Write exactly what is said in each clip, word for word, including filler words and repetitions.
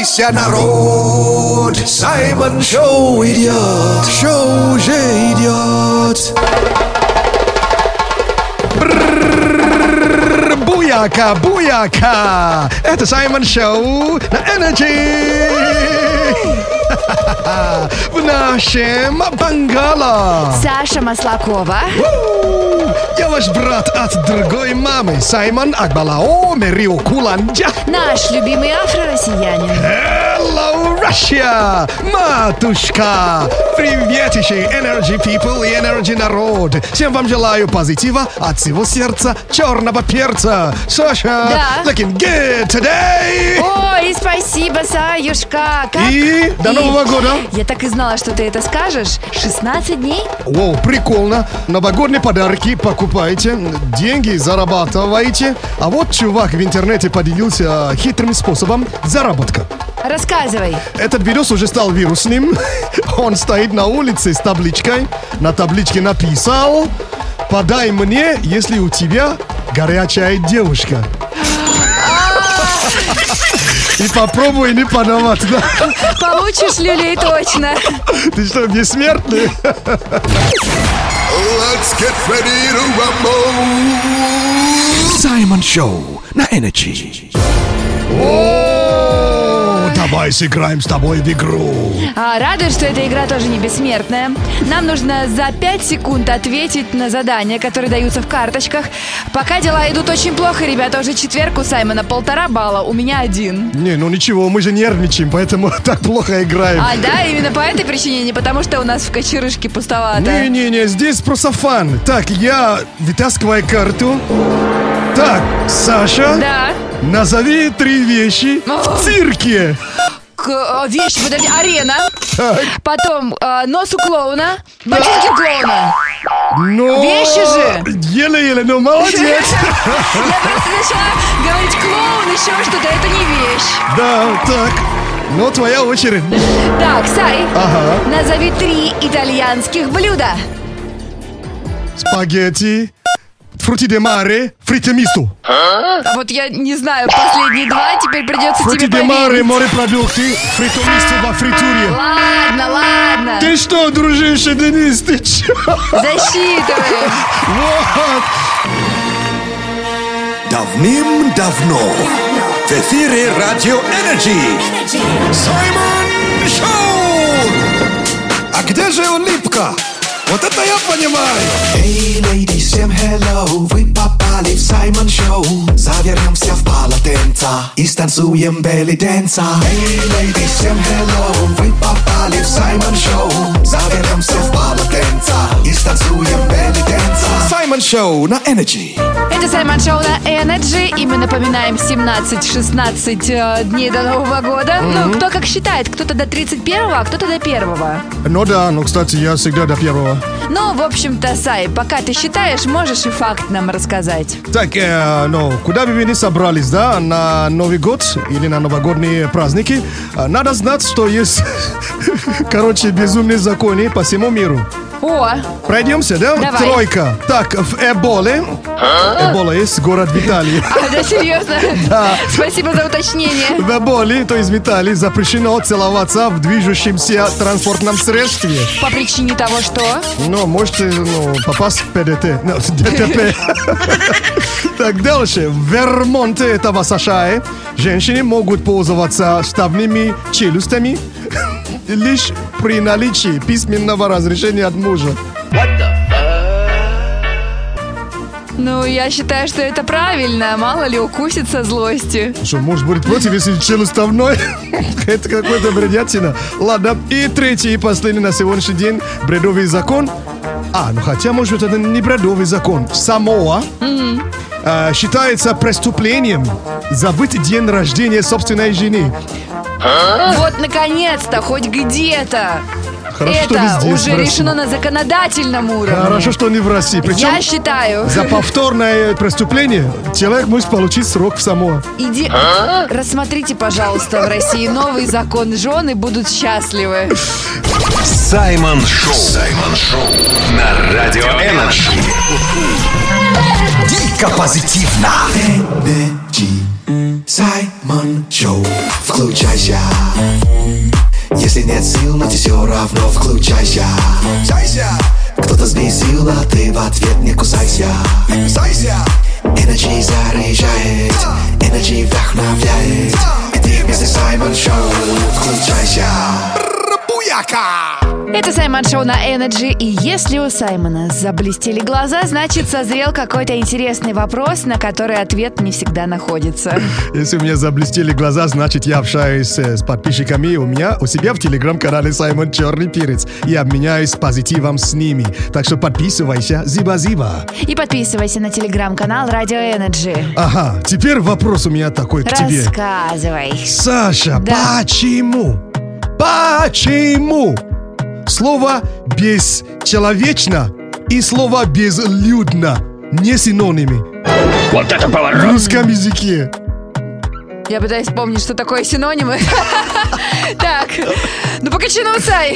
Собирайся, народ, Саймон Шоу идет, шоу уже идет. Буяка, буяка! Это Саймон Шоу на Energy! В нашем Бангала! Саша Маслакова. Я ваш брат от другой мамы, Саймон Акбалао Мерио Куланджа. Наш любимый афро-россиянин. Hello, Russia! Матушка! Приветище, Energy People и Energy народ! Всем вам желаю позитива от всего сердца черного перца. Саша, да. looking good today! Ой, спасибо, Саюшка! Как? И до И... Нового года! Я так и знала, что ты это скажешь. шестнадцать дней? О, прикольно! Новогодние подарки покупайте, деньги зарабатывайте. А вот чувак в интернете поделился хитрым способом заработка. Рассказывай. Этот вирус уже стал вирусным. Он стоит на улице с табличкой. На табличке написал: подай мне, если у тебя горячая девушка. И попробуй не подавать, да? Получишь люлей точно. Ты что, бессмертный? Let's get ready to rumble. Саймон Шоу на Energy. Давай сыграем с тобой в игру. А, радует, что эта игра тоже не бессмертная. Нам нужно за пять секунд ответить на задания, которые даются в карточках. Пока дела идут очень плохо, ребята. Уже четверг у Саймона полтора балла, у меня один. Не, ну ничего, мы же нервничаем, поэтому так плохо играем. А, да, именно по этой причине, не потому что у нас в кочерышке пустовато. Не-не-не, здесь просто фан. Так, я вытаскиваю карту. Так, Саша, Да. назови три вещи в цирке. К, э, вещь, подожди, арена. Так. Потом э, нос у клоуна, ботинки клоуна. Ну, Вещи же. Еле-еле, ну молодец. Я просто начала говорить клоун, еще что-то, это не вещь. Да, так. Ну, твоя очередь. Так, Сай, Ага. назови три итальянских блюда. Спагетти, фрути де маре, фрите мисто. А вот я не знаю, последние два, теперь придется Фрути тебе де маре, поверить. морепродукты, фрито мисто во фритуре. Ладно, ладно. Ты что, дружище, Денис, ты чё? Засчитываем. Вот. Давным-давно в эфире Радио Energy Саймон Шоу! А где же улыбка? Вот это я понимаю! Эй, леди, всем hello! Вы попали в Саймон Шоу. Завернемся в полотенца и станцуем белли дэнса. Эй, леди, всем hello! Вы попали в Саймон Шоу. Завернемся в полотенца и станцуем белли дэнса. Саймон Шоу на Energy. Это Саймон Шоу на Energy, и мы напоминаем семнадцать-шестнадцать э, дней до Нового года. Ну, кто как считает, кто-то до тридцать первого, а кто-то до первого. Ну да, ну, кстати, я всегда до первого. Ну, в общем-то, Сай, пока ты считаешь, можешь и факт нам рассказать. Так, э, ну, куда бы вы ни собрались, да, на Новый год или на новогодние праздники, э, надо знать, что есть, короче, безумные законы по всему миру. О, Пройдемся, да? Давай. Тройка. Так, в Эболе. Эбола есть город в Италии. а, да, серьезно? Да. Спасибо за уточнение. В Эболе, то есть в Италии, запрещено целоваться в движущемся транспортном средстве. По причине того, что... Ну, можете ну, попасть в ПДТ. Ну, ДТП. Так, дальше. В Вермонте, это в США, женщины могут пользоваться вставными челюстями лишь при наличии письменного разрешения от мужа. Ну, я считаю, что это правильно. Мало ли, укусит со злости. Что, муж будет против, если челюсть вставной? Это какой-то бредятина. Ладно, и третий и последний на сегодняшний день бредовый закон. А, ну хотя, может быть, это не бредовый закон. В Самоа э, считается преступлением забыть день рождения собственной жены. Вот, наконец-то, хоть где-то. Хорошо, что не Это здесь, уже в России. решено на законодательном уровне. Хорошо, что не в России. Причем Я считаю. за повторное преступление человек может получить срок в Самоа. Иди, рассмотрите, пожалуйста, в России новый закон. Жены будут счастливы. Саймон Шоу. Саймон Шоу на Радио Энерджи. дико позитивно. Energy Саймон Шоу. Включайся. Если нет сил, но ты все равно включайся. Кто-то сбесил, а ты в ответ не кусайся. Energy заряжает, Energy вдохновляет. И ты вместе Саймон Шоу. Включайся. Это Саймон Шоу на Energy, и если у Саймона заблестели глаза, значит, созрел какой-то интересный вопрос, на который ответ не всегда находится. Если у меня заблестели глаза, значит, я общаюсь с подписчиками у меня, у себя в телеграм-канале Саймон Черный Перец и обменяюсь позитивом с ними. Так что подписывайся, зиба-зиба. И подписывайся на телеграм-канал Радио Energy. Ага, теперь вопрос у меня такой к тебе. Рассказывай. Саша, Да. почему? Почему слово «бесчеловечно» и слово «безлюдно» не синонимы Вот это в поворот! русском языке? Я пытаюсь вспомнить, что такое синонимы. Так, ну пока чинусай.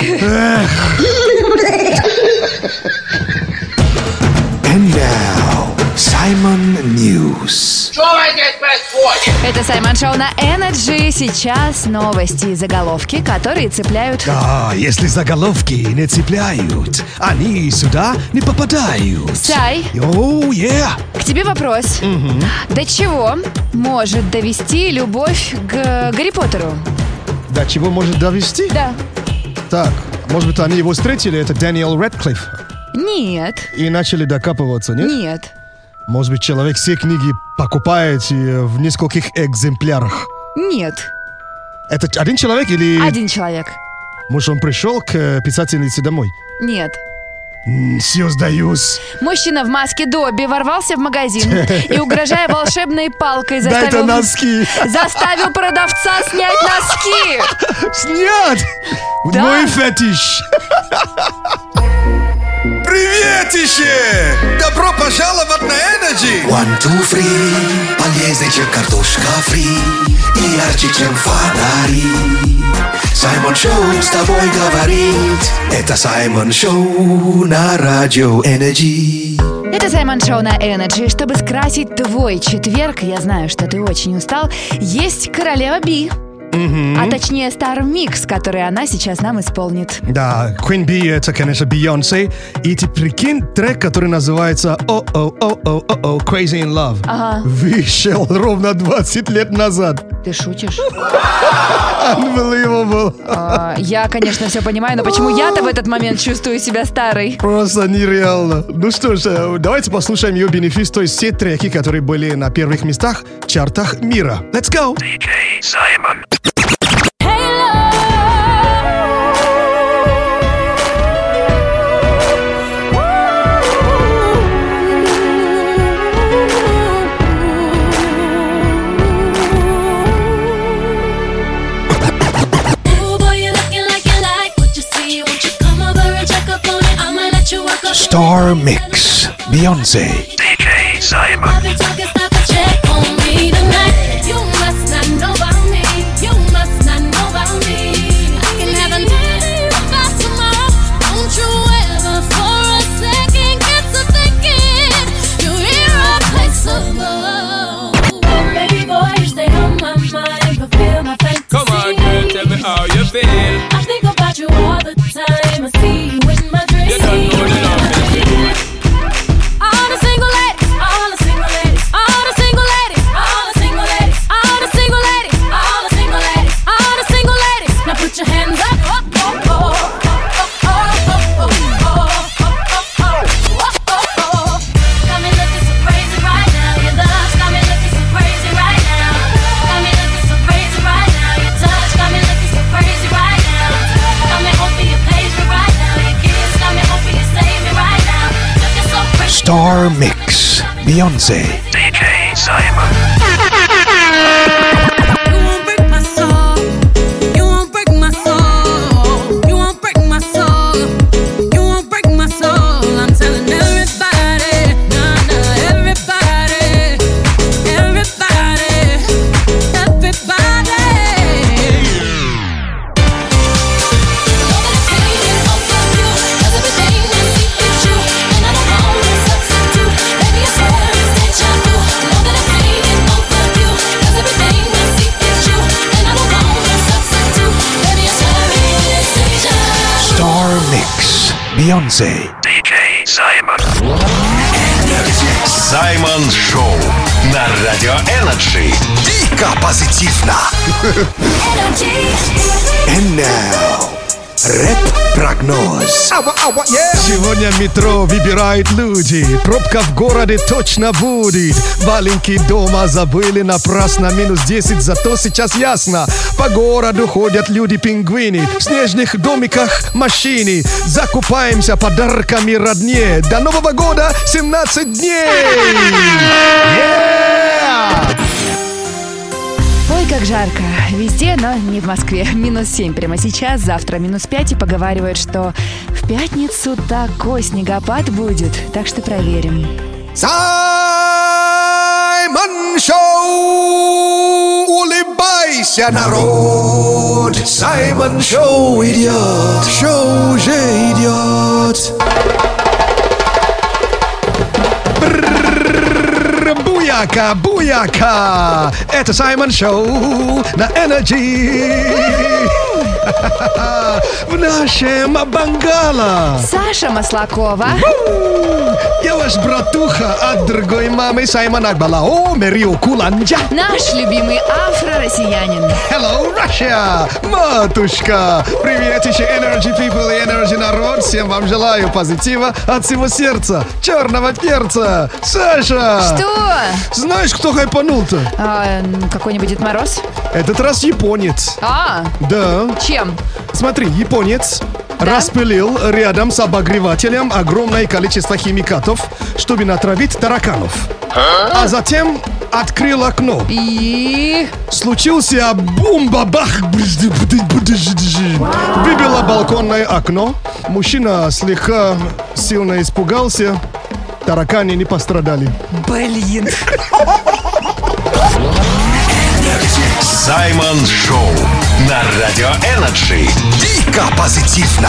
And now, Simon News. Это Саймон Шоу на Energy. Сейчас новости и заголовки, которые цепляют. А если заголовки не цепляют, они сюда не попадают. Сай, Оу, yeah. к тебе вопрос. До чего может довести любовь к Гарри Поттеру? До чего может довести? Да. Так, может быть, они его встретили, это Дэниел Рэдклифф, Нет. и начали докапываться, нет? Нет. Может быть, человек все книги покупает э, в нескольких экземплярах. Нет. Это один человек или... Один человек. Может, он пришел к э, писательнице домой? Нет. М, Все, сдаюсь. Мужчина в маске Добби ворвался в магазин и, угрожая волшебной палкой, Да это заставил, носки. заставил продавца снять носки. Снят! Да. Мой фетиш. Приветище! Добро пожаловать на Energy! One, two, three. Полезнее, чем картошка фри. И ярче, чем фонари. Саймон Шоу с тобой говорит. Это Саймон Шоу на Радио Energy. Это Саймон Шоу на Energy. Чтобы скрасить твой четверг, я знаю, что ты очень устал, есть Королева Би. А точнее Star Mix, который она сейчас нам исполнит. Да, Queen Bee это, конечно, Бейонсе. И ты прикинь, трек, который называется «Oh, oh, oh, oh, oh, oh, Crazy in Love». Ага. Вышел ровно двадцать лет назад. Ты шутишь? Unbelievable. А, я, конечно, все понимаю, но почему я-то в этот момент чувствую себя старой? Просто нереально. Ну что ж, э, давайте послушаем ее бенефис, то есть все треки, которые были на первых местах в чартах мира. Let's go! Star Mix. Beyonce. I've been talking, stop and check on me tonight. You must not know about me. You must not know about me. I can have a name about tomorrow. Don't you ever for a second get to thinking you're irreplaceable. Baby boy, you stay on my mind, fulfill my fantasy. Come on, girl, tell me how you feel. I think about you all the time. I see you in my dreams. You don't know the love that you do. All the single ladies, all the single ladies, all the single ladies, all the single ladies, all the single ladies, all the single ladies, all the single ladies. Now put your hands up. Oh, oh, oh, oh, oh, oh, oh, oh, oh, oh. Got me looking so crazy right now. Your love got me looking so crazy right now. Got me looking so crazy right now. Your touch got me looking so crazy right now. Got me hoping you page me right now. Your kiss got me hoping you save me right now. Looking so crazy. Star Mix. Beyonce. You won't break my soul. You won't break my soul. You won't break my soul. You won't break my soul. I'm telling everybody, nah, nah, everybody, everybody, everybody. Everything I see is you, and I don't want to substitute. Baby, I swear it's Бейонсе. диджей Саймон. Саймон Шоу на Радио Энерджи. Дико позитивно. And now, рэп-прогноз. Сегодня метро выбирают люди. Пробка в городе точно будет. Валенки дома забыли напрасно. Минус десять, зато сейчас ясно. По городу ходят люди-пингвины. В снежных домиках машины. Закупаемся подарками родне. До Нового года семнадцать дней. Yeah! Ой, как жарко. Везде, но не в Москве. Минус семь прямо сейчас, завтра минус пять. И поговаривают, что в пятницу такой снегопад будет. Так что проверим. Саймон Шоу! Улыбайся, народ! Саймон Шоу идет! Шоу уже идет! Буяка, буяка! Это Саймон Шоу на Energy. В нашем Бангала. Саша Маслакова. Я ваш братуха от другой мамы Саймон Акбалао Мерио Куланджа. Наш любимый афро-россиянин. Hello, Russia! Матушка! Привет еще Energy People и Energy народ. Всем вам желаю позитива от всего сердца. Черного перца. Саша! Что? Знаешь, кто хайпанул-то? А, какой-нибудь Дед Мороз? Этот раз японец. А, Да. чем? Смотри, японец распылил рядом с обогревателем огромное количество химикатов, чтобы натравить тараканов. А затем открыл окно. И... Случился бум-бабах. Выбило балконное окно. Мужчина слегка сильно испугался. Тараканы не пострадали. Блин. Саймон Шоу на Радио Энерджи. Дико позитивно.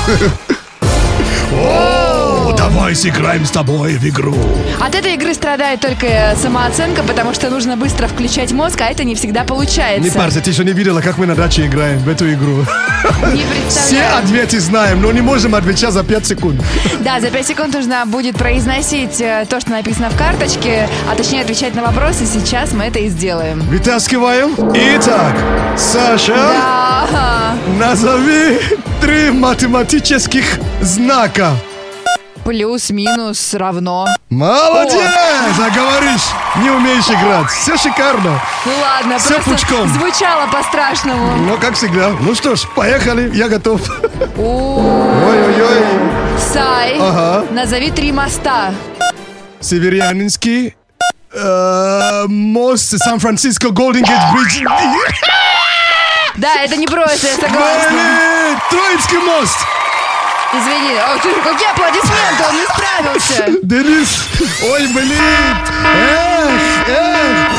О, давай сыграем с тобой в игру. От этой игры страдает только самооценка, потому что нужно быстро включать мозг, а это не всегда получается. Не парься, ты еще не видела, как мы на даче играем в эту игру. Не Все представляю. ответы знаем, но не можем отвечать за пять секунд. Да, за пять секунд нужно будет произносить э, то, что написано в карточке, а точнее отвечать на вопросы. Сейчас мы это и сделаем. Вытаскиваем. Итак, Саша, Да. назови три математических знака. Плюс, минус, равно. Молодец! А говоришь, не умеешь играть. Все шикарно. Ну ладно, Всё просто пучком. звучало по-страшному. Ну, как всегда. Ну что ж, поехали. Я готов. О, Ой-ой-ой. Сай, Ага. назови три моста. Северянинский. э, мост Сан-Франциско Голден Гейт Бридж. Да, это не просто, я согласна. Блин, Троицкий мост. Извини. О, ты, какие аплодисменты, он не справился. Денис. Ой, блин. Эх, эх.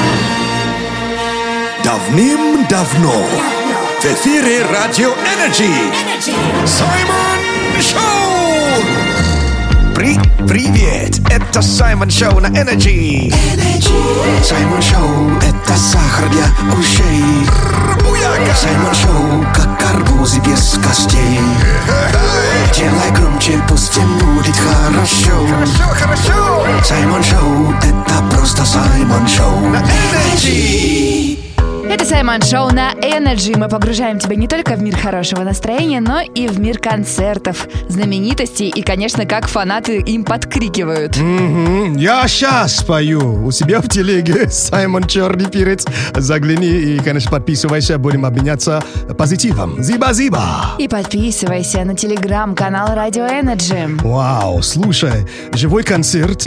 Давным-давно в эфире Радио Энерджи Саймон Шоу! При Привет, это Саймон Шоу на Энерджи. Саймон Шоу, это сахар для ушей. Саймон Шоу, как арбузы без костей. Делай громче, пусть всем будет хорошо. Хорошо, хорошо. Саймон Шоу, это просто Саймон Шоу на Энерджи. Это Саймон Шоу на Energy. Мы погружаем тебя не только в мир хорошего настроения, но и в мир концертов, знаменитостей и, конечно, как фанаты им подкрикивают. Мгм. Я сейчас спою у себя в телеге. Саймон Черный Перец. Загляни и, конечно, подписывайся. Будем обменяться позитивом. Зиба-зиба. И подписывайся на телеграм-канал Радио Energy. Вау, слушай, живой концерт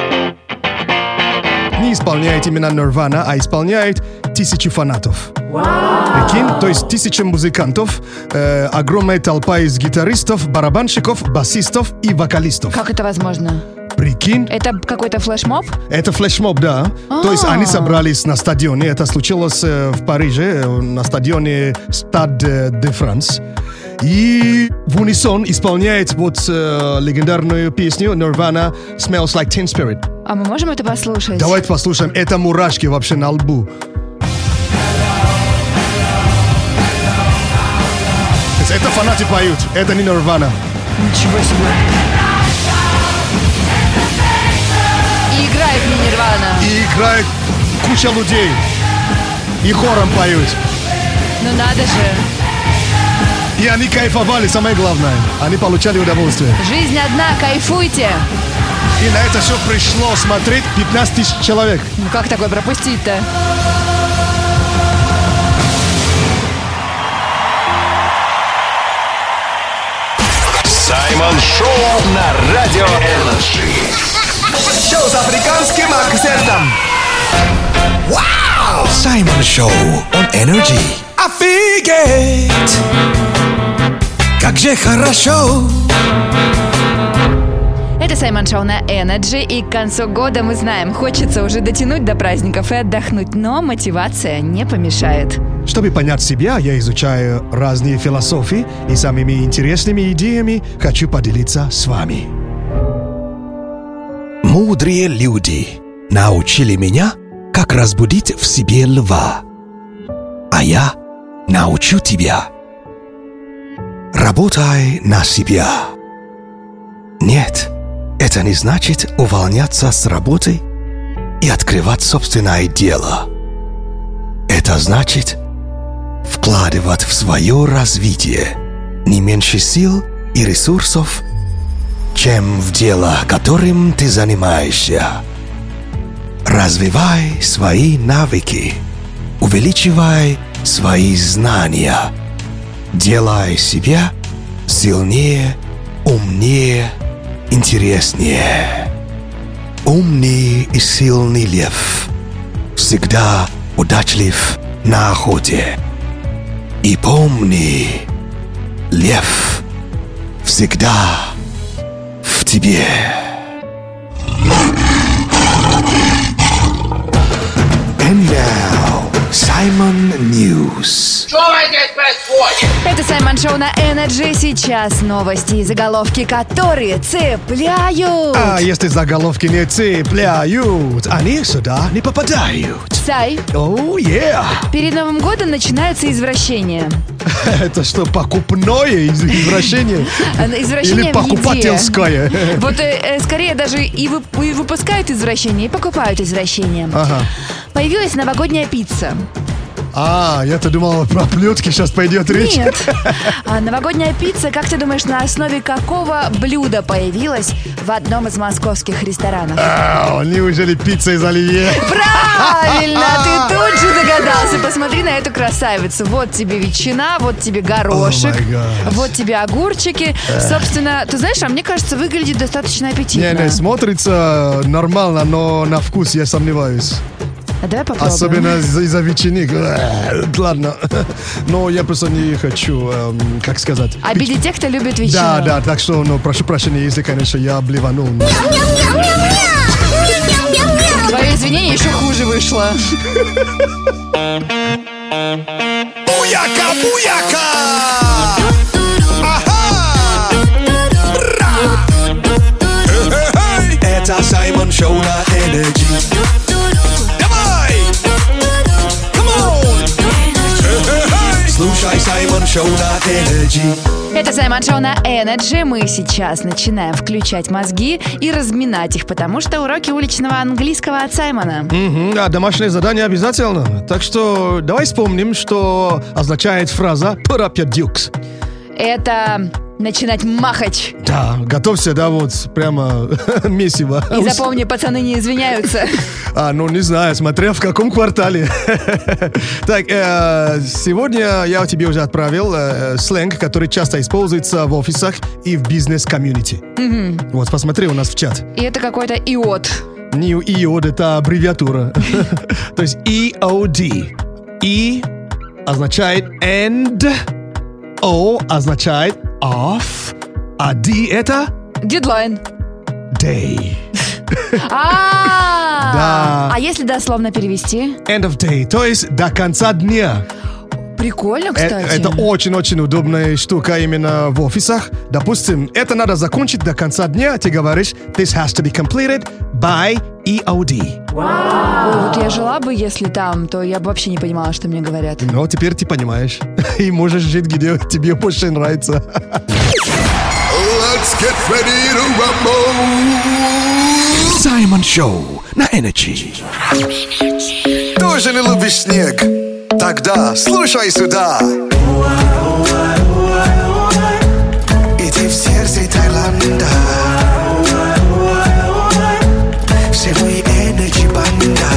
не исполняет именно Nirvana, а исполняет тысячи фанатов. Прикинь, то есть тысячи музыкантов, э, огромная толпа из гитаристов, барабанщиков, басистов и вокалистов. Как это возможно? Прикинь, Это какой-то флешмоб? это флешмоб, да. То есть они собрались на стадионе. Это случилось э, в Париже, э, на стадионе Stade de France. И в унисон исполняет вот э, легендарную песню Nirvana «Smells Like Teen Spirit». А мы можем это послушать? Давайте послушаем. Это мурашки вообще на лбу. Это фанаты поют, это не Nirvana. Ничего себе. И играет мне Нирвана. И играет куча людей. И хором поют. Ну надо же. И они кайфовали, самое главное. Они получали удовольствие. Жизнь одна, кайфуйте. И на это все пришло смотреть пятнадцать тысяч человек. Ну как такое пропустить-то? Саймон Шоу на Радио Энерджи. Шоу с африканским акцентом. Вау! Саймон Шоу on Energy. Офигеть! Как же хорошо! Это Саймон Шоу на Energy, и к концу года мы знаем, хочется уже дотянуть до праздников и отдохнуть, но мотивация не помешает. Чтобы понять себя, я изучаю разные философии и самыми интересными идеями хочу поделиться с вами. Мудрые люди научили меня, как разбудить в себе льва. А я научу тебя. Работай на себя. Нет, это не значит увольняться с работы и открывать собственное дело. Это значит вкладывать в свое развитие не меньше сил и ресурсов, чем в дело, которым ты занимаешься. Развивай свои навыки, увеличивай свои знания, делай себя сильнее, умнее, интереснее. Умный и сильный лев всегда удачлив на охоте. И помни, лев всегда в тебе. And now, Simon News. Это Саймон Шоу на Energy. Сейчас новости и заголовки, которые цепляют. А если заголовки не цепляют, они сюда не попадают. Сай, Оу, yeah. перед Новым годом начинаются извращения. Это что, покупное из- извращение? А, извращения Или в еде. покупательское? Вот э, э, скорее даже и, вып- и выпускают извращения, и покупают извращения. Ага. Появилась новогодняя пицца. А, я-то думал, про плетки сейчас пойдет речь. Нет. А новогодняя пицца, как ты думаешь, на основе какого блюда появилась в одном из московских ресторанов? А, неужели пицца из оливье? Правильно, ты тут же догадался. Посмотри на эту красавицу. Вот тебе ветчина, вот тебе горошек, Oh my gosh. вот тебе огурчики. Собственно, ты знаешь, а мне кажется, выглядит достаточно аппетитно. Не, не, смотрится нормально, но на вкус я сомневаюсь. А давай попробуем. Особенно из-за из-за ветчины. Э, Ладно. Но я просто не хочу, эм, как сказать. Обидеть тех, кто любит ветчину. Да, да, так что, ну, прошу прощения, если, конечно, я блеванул. Твое извинение еще хуже вышло. Буяка, буяка! Ага! Эй-эй-эй! Это Саймон Шоу на Энерджи. Давай! Come on! Эй-эй-эй! Слушай Саймон Шоу на Энерджи. Это Саймон Шоу на Energy. Мы сейчас начинаем включать мозги и разминать их, потому что уроки уличного английского от Саймона. Мгм, да, домашнее задание обязательно. Так что давай вспомним, что означает фраза «put up your dukes». Это начинать махать. Да, готовься, да, вот прямо месиво. И запомни, пацаны не извиняются. А, ну не знаю, смотря в каком квартале. Так, э, сегодня я тебе уже отправил э, сленг, который часто используется в офисах и в бизнес-комьюнити. Вот, посмотри у нас в чат. И это какой-то иод. Не и о ди, это аббревиатура. То есть и о ди. И означает end, O означает off, а D это Дедлайн. day. А, Да. А если дословно перевести? End of day, то есть до конца дня. Прикольно, Э- кстати. Это очень-очень удобная штука именно в офисах. Допустим, это надо закончить до конца дня. Ты говоришь, this has to be completed by и о ди. Ой, вот я жила бы, если там, то я бы вообще не понимала, что мне говорят. Но теперь ты понимаешь. И можешь жить, где тебе больше нравится. Let's get ready to rumble. Саймон Шоу на Energy. Тоже не любишь снег? Тогда слушай сюда. Иди в сердце Таиланда. Все мы Energy банда.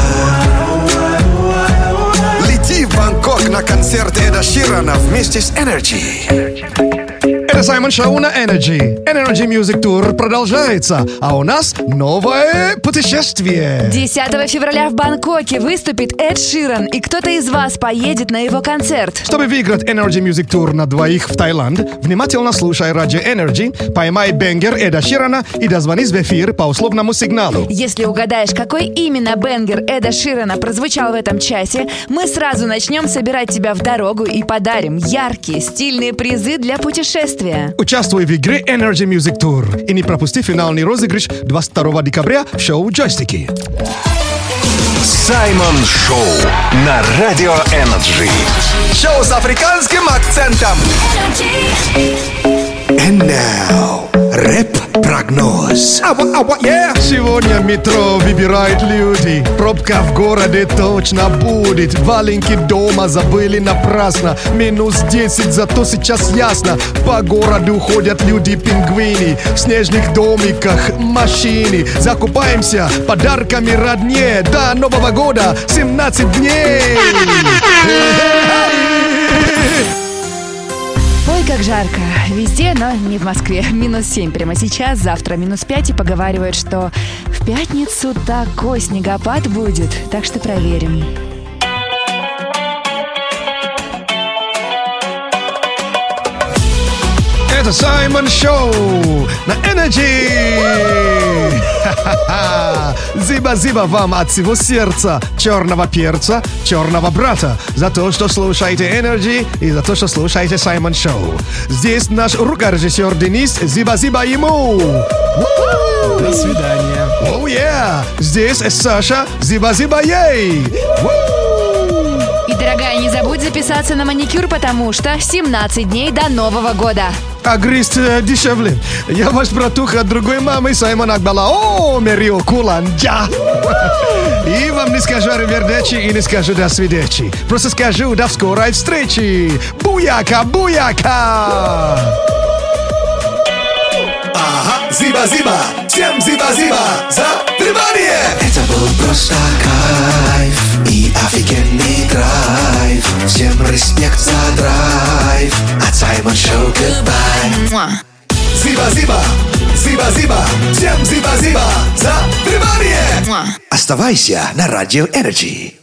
Лети в Бангкок на концерт Эда Ширана вместе с Energy. Это Саймон Шоу на Energy. Energy Music Tour продолжается, а у нас новое путешествие. десятого февраля в Бангкоке выступит Эд Ширан, и кто-то из вас поедет на его концерт. Чтобы выиграть Energy Music Tour на двоих в Таиланд, внимательно слушай радио Energy, поймай бенгер Эда Ширана и дозвонись в эфир по условному сигналу. Если угадаешь, какой именно бенгер Эда Ширана прозвучал в этом часе, мы сразу начнем собирать тебя в дорогу и подарим яркие, стильные призы для путешествия. Участвуй в игре Energy Music Tour и не пропусти финальный розыгрыш двадцать второго декабря в шоу «Джойстики». Саймон Шоу на Радио Energy. Шоу с африканским акцентом. And now, рэп-прогноз. Yeah. Сегодня метро выбирают люди. Пробка в городе точно будет. Валенки дома забыли напрасно. Минус десять, зато сейчас ясно. По городу ходят люди-пингвины. В снежных домиках машины. Закупаемся подарками родне. До Нового года семнадцать дней. Ой, как жарко. Везде, но не в Москве. Минус семь прямо сейчас, завтра минус пять. И поговаривают, что в пятницу такой снегопад будет. Так что проверим. Это Саймон Шоу на Energy. Зиба-зиба вам от всего сердца черного перца, черного брата за то, что слушаете Energy и за то, что слушаете Саймон Шоу. Здесь наш рукорежиссер Денис. Зиба-зиба ему. До свидания. Оу, yeah. Здесь Саша. Зиба-зиба ей. И, дорогая, не забудь записаться на маникюр, потому что семнадцать дней до Нового года. А грист э, дешевле. Я ваш братуха от другой мамы Саймон Акбала. О, Мерио Куланджа. И вам не скажу аривердечи и не скажу до свидечи. Просто скажу до скорой встречи. Буяка, буяка. Ага, зиба-зиба, всем зиба-зиба за внимание! Это был просто кайф и офигенный драйв. Всем респект за драйв. От Саймон Шоу goodbye. Зиба-зиба, зиба-зиба, всем зиба-зиба за внимание! Оставайся на радио Energy.